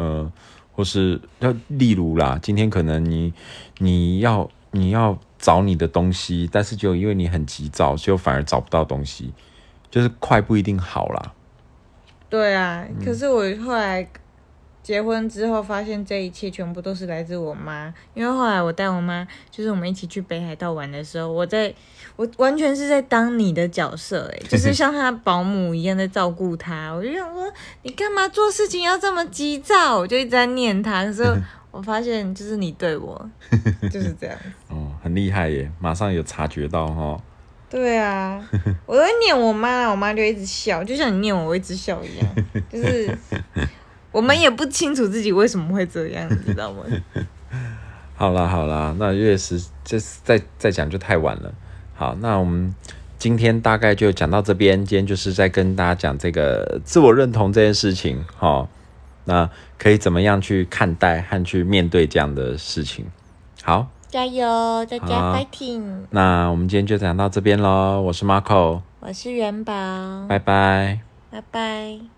例如啦，今天可能你要找你的东西，但是就因为你很急躁，就反而找不到东西，就是快不一定好啦。 对啊，可是我后来结婚之后发现这一切全部都是来自我妈，因为后来我带我妈，就是我们一起去北海道玩的时候，我完全是在当你的角色，就是像她保姆一样在照顾她。我就想说，你干嘛做事情要这么急躁？我就一直在念她，可是我发现就是你对我就是这样子。 很厉害耶，马上有察觉到齁。 对啊，我都会念我妈，我妈就一直笑，就像你念我一直笑一样，就是我们也不清楚自己为什么会这样，你知道吗？ 好啦，那月食这再讲就太晚了。好，那我们今天大概就讲到这边。今天就是在跟大家讲这个自我认同这件事情，那可以怎么样去看待和去面对这样的事情？好， 加油，大家 fighting！ 那我们今天就讲到这边咯。我是 Marco， 我是元宝， 拜拜， 拜拜。